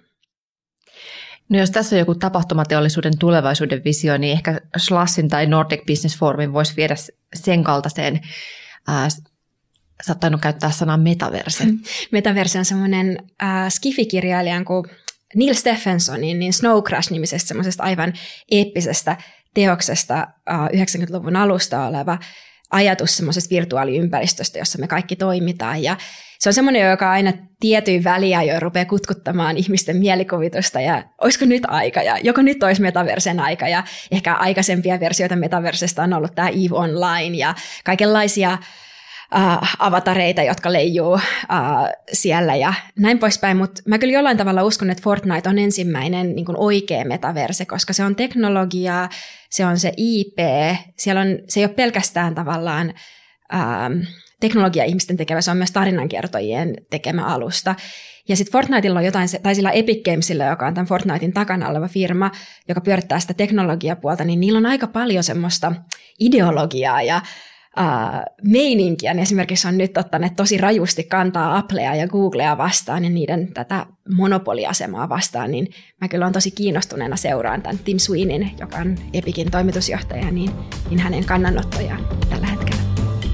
No jos tässä on joku tapahtumateollisuuden tulevaisuuden visio, niin ehkä Schlassin tai Nordic Business Forumin voisi viedä sen kaltaiseen. Ää, Sä oot tainnut käyttää sanaa metaverse. Metaverse on semmoinen äh, skifikirjailijan kuin Neil Stephensonin niin Snow Crash-nimisestä semmoisesta aivan eeppisestä teoksesta äh, yhdeksänkymmentäluvun alusta oleva ajatus semmoisesta virtuaaliympäristöstä, jossa me kaikki toimitaan. Ja se on semmoinen, joka aina tietyin väliajoin rupeaa kutkuttamaan ihmisten mielikuvitusta ja olisiko nyt aika ja joko nyt olisi metaversen aika ja ehkä aikaisempia versioita metaversesta on ollut tämä EVE Online ja kaikenlaisia Uh, avatareita, jotka leijuu uh, siellä ja näin poispäin, mutta mä kyllä jollain tavalla uskon, että Fortnite on ensimmäinen niin kuin oikea metaverse, koska se on teknologiaa, se on se I P, siellä on, se ei ole pelkästään tavallaan uh, teknologia-ihmisten tekevä, se on myös tarinankertojien tekemä alusta. Ja sitten Fortniteilla on jotain, tai sillä Epic Gamesilla, joka on tämän Fortnitein takana oleva firma, joka pyörittää sitä teknologiapuolta, niin niillä on aika paljon semmoista ideologiaa ja Uh, meininkiä, niin esimerkiksi on nyt ottaneet tosi rajusti kantaa Applea ja Googlea vastaan ja niiden tätä monopoliasemaa vastaan, niin mä kyllä olen tosi kiinnostuneena seuraan tämän Tim Sweeneyn, joka on Epicin toimitusjohtaja, niin, niin hänen kannanottojaan tällä hetkellä.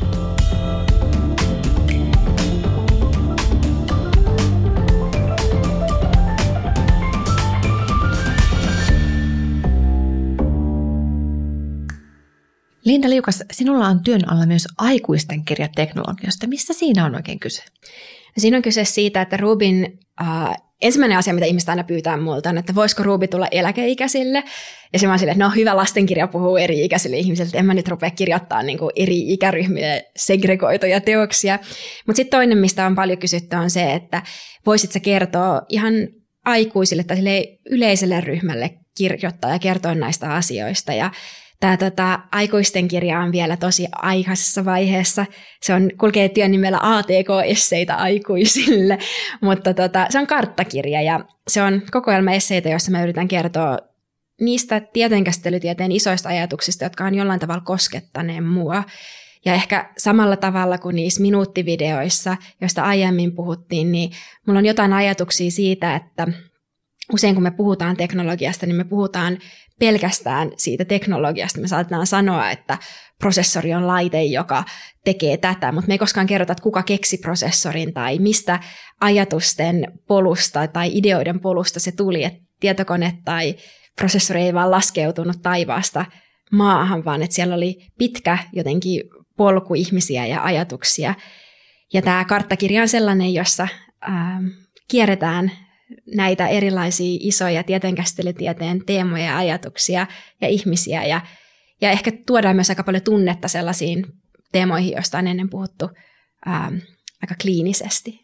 Linda Liukas, sinulla on työn alla myös aikuisten kirja teknologiasta. Mistä siinä on oikein kyse? Siinä on kyse siitä, että Rubin äh, ensimmäinen asia, mitä ihmiset aina pyytää multa, on, että voisiko Ruby tulla eläkeikäisille. Ja se on silleen, että no hyvä lastenkirja puhuu eri-ikäisille ihmisille, että en mä nyt rupea kirjoittamaan niin kuin eri ikäryhmille segregoituja teoksia. Mutta sitten toinen, mistä on paljon kysytty, on se, että voisit sä kertoa ihan aikuisille tai yleiselle ryhmälle kirjoittaa ja kertoa näistä asioista. Ja Tämä tota, aikuisten kirja on vielä tosi aikaisessa vaiheessa. Se on, kulkee työn nimellä A T K-esseitä aikuisille, mutta tota, se on karttakirja ja se on kokoelma esseitä, joissa mä yritän kertoa niistä tietojenkäsittelytieteen isoista ajatuksista, jotka on jollain tavalla koskettaneet mua. Ja ehkä samalla tavalla kuin niissä minuuttivideoissa, joista aiemmin puhuttiin, niin mulla on jotain ajatuksia siitä, että usein kun me puhutaan teknologiasta, niin me puhutaan pelkästään siitä teknologiasta. Me saatetaan sanoa, että prosessori on laite, joka tekee tätä, mutta me ei koskaan kerrota, että kuka keksi prosessorin tai mistä ajatusten polusta tai ideoiden polusta se tuli, että tietokone tai prosessori ei vaan laskeutunut taivaasta maahan, vaan että siellä oli pitkä jotenkin polku ihmisiä ja ajatuksia. Ja tämä karttakirja on sellainen, jossa ää, kierretään näitä erilaisia isoja tieteenkäsittelytieteen teemoja ja ajatuksia ja ihmisiä ja, ja ehkä tuodaan myös aika paljon tunnetta sellaisiin teemoihin, joista on ennen puhuttu ää, aika kliinisesti.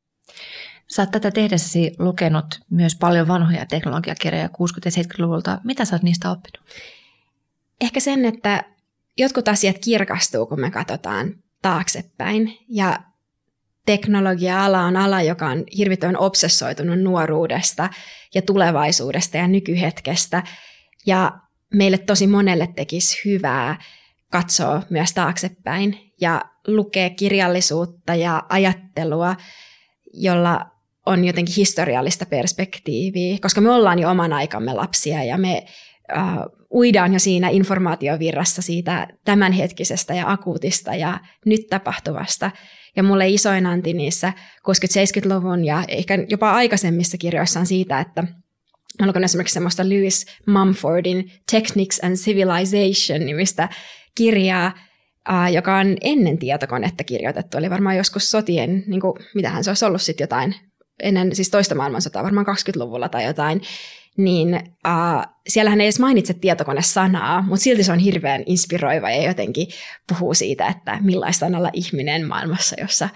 Sä oot tätä tehdessäsi lukenut myös paljon vanhoja teknologiakirjoja kuusikymmentä- ja seitsemänkymmentäluvulta. Mitä sä oot niistä oppinut? Ehkä sen, että jotkut asiat kirkastuu, kun me katsotaan taaksepäin ja teknologia-ala on ala, joka on hirvittävän obsessoitunut nuoruudesta ja tulevaisuudesta ja nykyhetkestä. Ja meille tosi monelle tekisi hyvää katsoa myös taaksepäin ja lukea kirjallisuutta ja ajattelua, jolla on jotenkin historiallista perspektiiviä, koska me ollaan jo oman aikamme lapsia ja me uh, uidaan jo siinä informaatiovirrassa siitä tämänhetkisestä ja akuutista ja nyt tapahtuvasta. Ja mulle isoin anti niissä kuusikymmentä-seitsemänkymmentäluvun ja ehkä jopa aikaisemmissa kirjoissa on siitä, että mä luken esimerkiksi semmoista Lewis Mumfordin Technics and Civilization-nimistä kirjaa, joka on ennen tietokonetta kirjoitettu. Eli varmaan joskus sotien, niin kuin, mitähän se olisi ollut sitten jotain, ennen siis toista maailmansotaa, varmaan kaksikymmentäluvulla tai jotain, niin uh, siellähän ei edes mainitse tietokone-sanaa, mutta silti se on hirveän inspiroiva ja jotenkin puhuu siitä, että millaista on olla ihminen maailmassa, jossa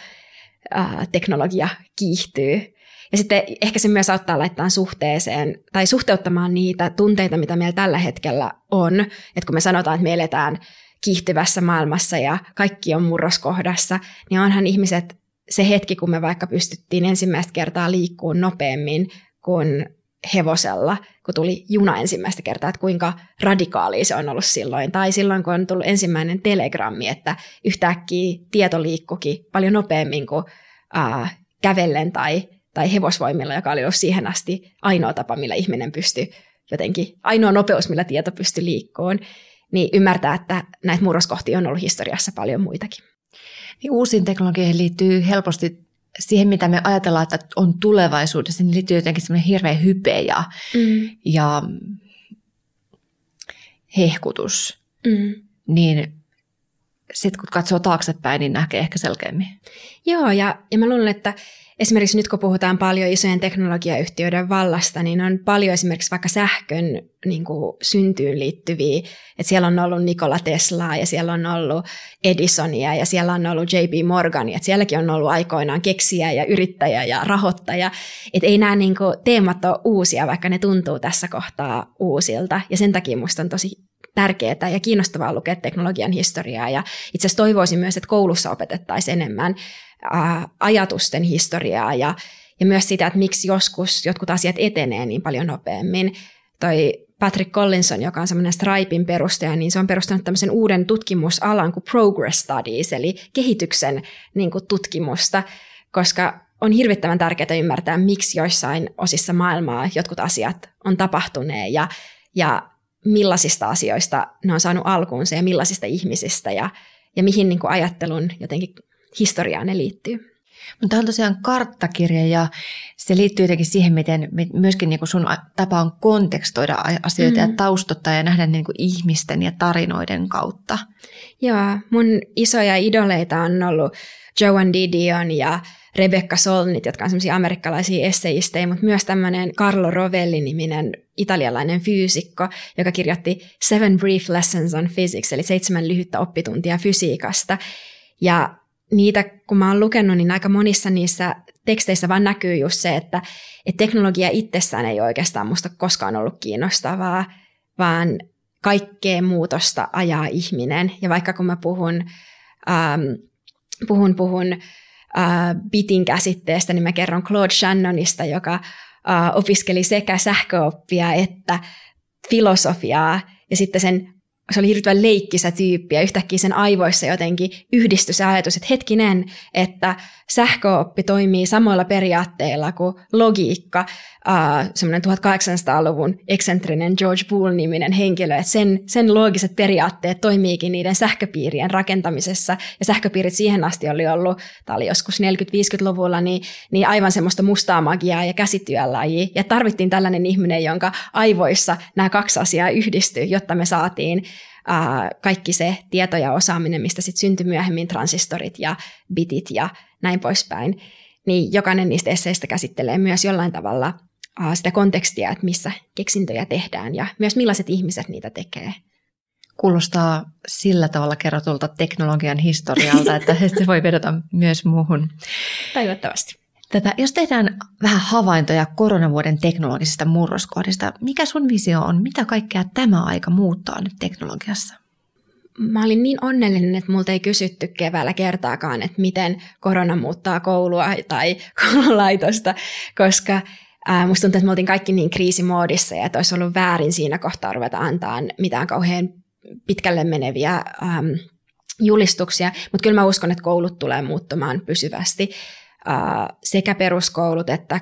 uh, teknologia kiihtyy. Ja sitten ehkä se myös auttaa laittaa suhteeseen tai suhteuttamaan niitä tunteita, mitä meillä tällä hetkellä on. Että kun me sanotaan, että me eletään kiihtyvässä maailmassa ja kaikki on murroskohdassa, niin onhan ihmiset se hetki, kun me vaikka pystyttiin ensimmäistä kertaa liikkumaan nopeammin kuin hevosella, kun tuli juna ensimmäistä kertaa, että kuinka radikaalia se on ollut silloin. Tai silloin, kun on tullut ensimmäinen telegrammi, että yhtäkkiä tieto liikkuikin paljon nopeammin kuin äh, kävellen tai, tai hevosvoimilla, joka oli ollut siihen asti ainoa tapa, millä ihminen pystyi jotenkin, ainoa nopeus, millä tieto pystyi liikkumaan, niin ymmärtää, että näitä murroskohtia on ollut historiassa paljon muitakin. Niin uusiin teknologioihin liittyy helposti siihen, mitä me ajatellaan, että on tulevaisuudessa, niin liittyy jotenkin semmoinen hirveä hype ja, mm. ja hehkutus. Mm. Niin sitten kun katsoo taaksepäin, niin näkee ehkä selkeämmin. Joo, ja, ja mä luulen, että esimerkiksi nyt kun puhutaan paljon isojen teknologiayhtiöiden vallasta, niin on paljon esimerkiksi vaikka sähkön niin kuin syntyyn liittyviä, että siellä on ollut Nikola Teslaa ja siellä on ollut Edisonia ja siellä on ollut J P Morgania, että sielläkin on ollut aikoinaan keksijä ja yrittäjä ja rahoittaja, että ei nämä niin kuin teemat ole uusia, vaikka ne tuntuu tässä kohtaa uusilta, ja sen takia musta on tosi tärkeää ja kiinnostavaa lukea teknologian historiaa, ja itse asiassa toivoisin myös, että koulussa opetettaisiin enemmän ä, ajatusten historiaa ja, ja myös sitä, että miksi joskus jotkut asiat etenee niin paljon nopeammin. Toi Patrick Collinson, joka on semmoinen Stripein perustaja, niin se on perustanut tämmöisen uuden tutkimusalan kuin Progress Studies, eli kehityksen niin kuin tutkimusta, koska on hirvittävän tärkeää ymmärtää, miksi joissain osissa maailmaa jotkut asiat on tapahtuneet ja, ja millaisista asioista ne on saanut alkuunsa ja millaisista ihmisistä ja, ja mihin niin kuin ajattelun jotenkin historiaan ne liittyy. Tämä on tosiaan karttakirja ja se liittyy jotenkin siihen, miten myöskin niin kuin sun tapa on kontekstoida asioita mm. ja taustottaa ja nähdä niin kuin ihmisten ja tarinoiden kautta. Joo, mun isoja idoleita on ollut Joan Didion ja Rebecca Solnit, jotka on sellaisia amerikkalaisia essayistejä, mutta myös tämmöinen Carlo Rovelli-niminen italialainen fyysikko, joka kirjoitti Seven Brief Lessons on Physics, eli seitsemän lyhyttä oppituntia fysiikasta. Ja niitä, kun mä oon lukenut, niin aika monissa niissä teksteissä vaan näkyy just se, että, että teknologia itsessään ei oikeastaan musta koskaan ollut kiinnostavaa, vaan kaikkea muutosta ajaa ihminen. Ja vaikka kun mä puhun, ähm, puhun, puhun äh, bitin käsitteestä, niin mä kerron Claude Shannonista, joka äh, opiskeli sekä sähköoppia että filosofiaa, ja sitten sen se oli hirveän leikkisä tyyppi ja yhtäkkiä sen aivoissa jotenkin yhdistyi se ajatus, että hetkinen, että sähköoppi toimii samoilla periaatteilla kuin logiikka, äh, semmoinen tuhatkahdeksansataaluvun eksentrinen George Boole-niminen henkilö, että sen, sen loogiset periaatteet toimiikin niiden sähköpiirien rakentamisessa, ja sähköpiirit siihen asti oli ollut, tämä oli joskus neljäkymmentä-viisikymmentäluvulla, niin, niin aivan semmoista mustaa magiaa ja käsityölajia, ja tarvittiin tällainen ihminen, jonka aivoissa nämä kaksi asiaa yhdistyi, jotta me saatiin Uh, kaikki se tieto ja osaaminen, mistä sitten syntyi myöhemmin transistorit ja bitit ja näin poispäin, niin jokainen niistä esseistä käsittelee myös jollain tavalla uh, sitä kontekstia, että missä keksintöjä tehdään ja myös millaiset ihmiset niitä tekee. Kuulostaa sillä tavalla kerrotulta teknologian historialta, että se voi vedota myös muuhun. Toivottavasti. Tätä, jos tehdään vähän havaintoja koronavuoden teknologisista murroskohdista, mikä sun visio on? Mitä kaikkea tämä aika muuttaa nyt teknologiassa? Mä olin niin onnellinen, että multa ei kysytty keväällä kertaakaan, että miten korona muuttaa koulua tai koululaitosta, koska ää, musta tuntuu, että me oltiin kaikki niin kriisimoodissa ja että olisi ollut väärin siinä kohtaa ruveta antaa mitään kauhean pitkälle meneviä äm, julistuksia, mutta kyllä mä uskon, että koulut tulee muuttumaan pysyvästi. Uh, sekä peruskoulut että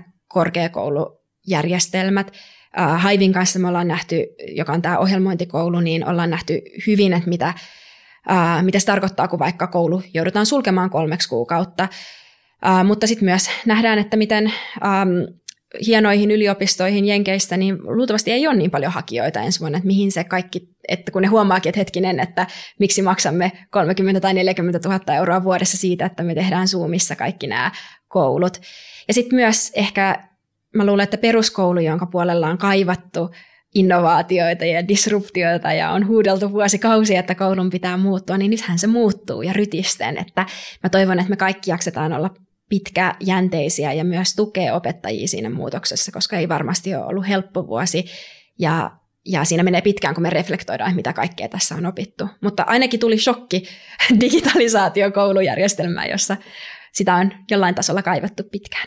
korkeakoulujärjestelmät. Uh, Haivin kanssa me ollaan nähty, joka on tämä ohjelmointikoulu, niin ollaan nähty hyvin, että mitä, uh, mitä se tarkoittaa, kun vaikka koulu joudutaan sulkemaan kolmeksi kuukautta. Uh, mutta sitten myös nähdään, että miten um, hienoihin yliopistoihin Jenkeistä, niin luultavasti ei ole niin paljon hakijoita ensi vuonna, että mihin se kaikki, että kun ne huomaakin, että hetkinen, että miksi maksamme kolmekymmentä tai neljäkymmentä tuhatta euroa vuodessa siitä, että me tehdään Zoomissa kaikki nämä koulut. Ja sitten myös ehkä, mä luulen, että peruskoulu, jonka puolella on kaivattu innovaatioita ja disruptioita ja on huudeltu vuosikausia, että koulun pitää muuttua, niin nythän se muuttuu ja rytisten, että mä toivon, että me kaikki jaksetaan olla pitkäjänteisiä ja myös tukee opettajia siinä muutoksessa, koska ei varmasti ole ollut helppo vuosi ja, ja siinä menee pitkään, kun me reflektoidaan, mitä kaikkea tässä on opittu. Mutta ainakin tuli shokki digitalisaatio koulujärjestelmään, jossa sitä on jollain tasolla kaivattu pitkään.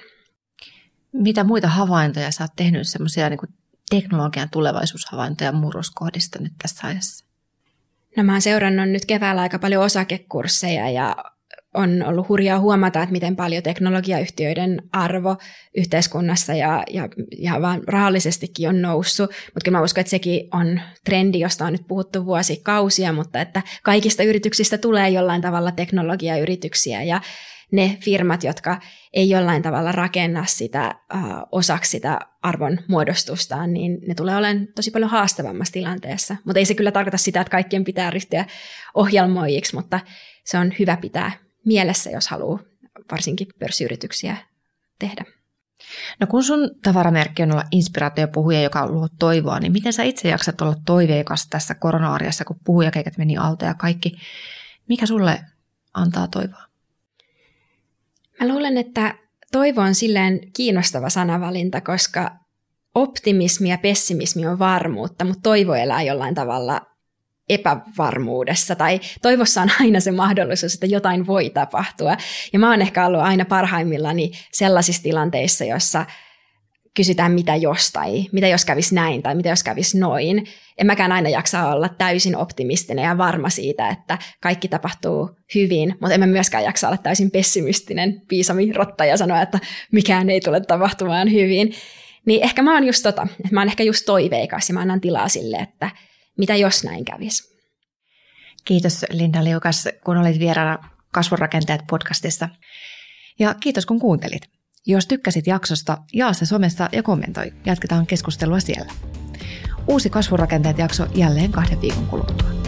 Mitä muita havaintoja sä oot tehnyt, semmoisia niin kuin teknologian tulevaisuushavaintoja murroskohdista nyt tässä ajassa? No mä oon seurannut nyt keväällä aika paljon osakekursseja ja on ollut hurjaa huomata, että miten paljon teknologiayhtiöiden arvo yhteiskunnassa ja, ja, ja vaan rahallisestikin on noussut. Mutta kyllä mä uskon, että sekin on trendi, josta on nyt puhuttu vuosikausia, mutta että kaikista yrityksistä tulee jollain tavalla teknologiayrityksiä ja ne firmat, jotka ei jollain tavalla rakenna sitä uh, osaksi sitä arvon muodostustaan, niin ne tulee olemaan tosi paljon haastavammassa tilanteessa. Mutta ei se kyllä tarkoita sitä, että kaikkien pitää ryhtyä ohjelmoijiksi, mutta se on hyvä pitää mielessä, jos haluaa varsinkin pörssiyrityksiä tehdä. No kun sun tavaramerkki on olla inspiraatiopuhuja, joka luo toivoa, niin miten sä itse jaksat olla toiveikas tässä korona-arjessa, kun puhujakeikat meni alta ja kaikki? Mikä sulle antaa toivoa? Mä luulen, että toivo on silleen kiinnostava sanavalinta, koska optimismi ja pessimismi on varmuutta, mutta toivo elää jollain tavalla epävarmuudessa, tai toivossa on aina se mahdollisuus, että jotain voi tapahtua. Ja mä oon ehkä ollut aina parhaimmillani sellaisissa tilanteissa, joissa kysytään mitä jos, tai mitä jos kävisi näin, tai mitä jos kävisi noin. En mäkään aina jaksa olla täysin optimistinen ja varma siitä, että kaikki tapahtuu hyvin, mutta en mä myöskään jaksa olla täysin pessimistinen piisami-rotta ja sanoa, että mikään ei tule tapahtumaan hyvin. Niin ehkä mä oon just tota, että mä oon ehkä just toiveikas ja mä annan tilaa sille, että mitä jos näin kävisi. Kiitos Linda Liukas, kun olit vieraana Kasvurakenteet podcastissa. Ja kiitos kun kuuntelit. Jos tykkäsit jaksosta, jaa se somessa ja kommentoi. Jatketaan keskustelua siellä. Uusi Kasvurakenteet jakso jälleen kahden viikon kuluttua.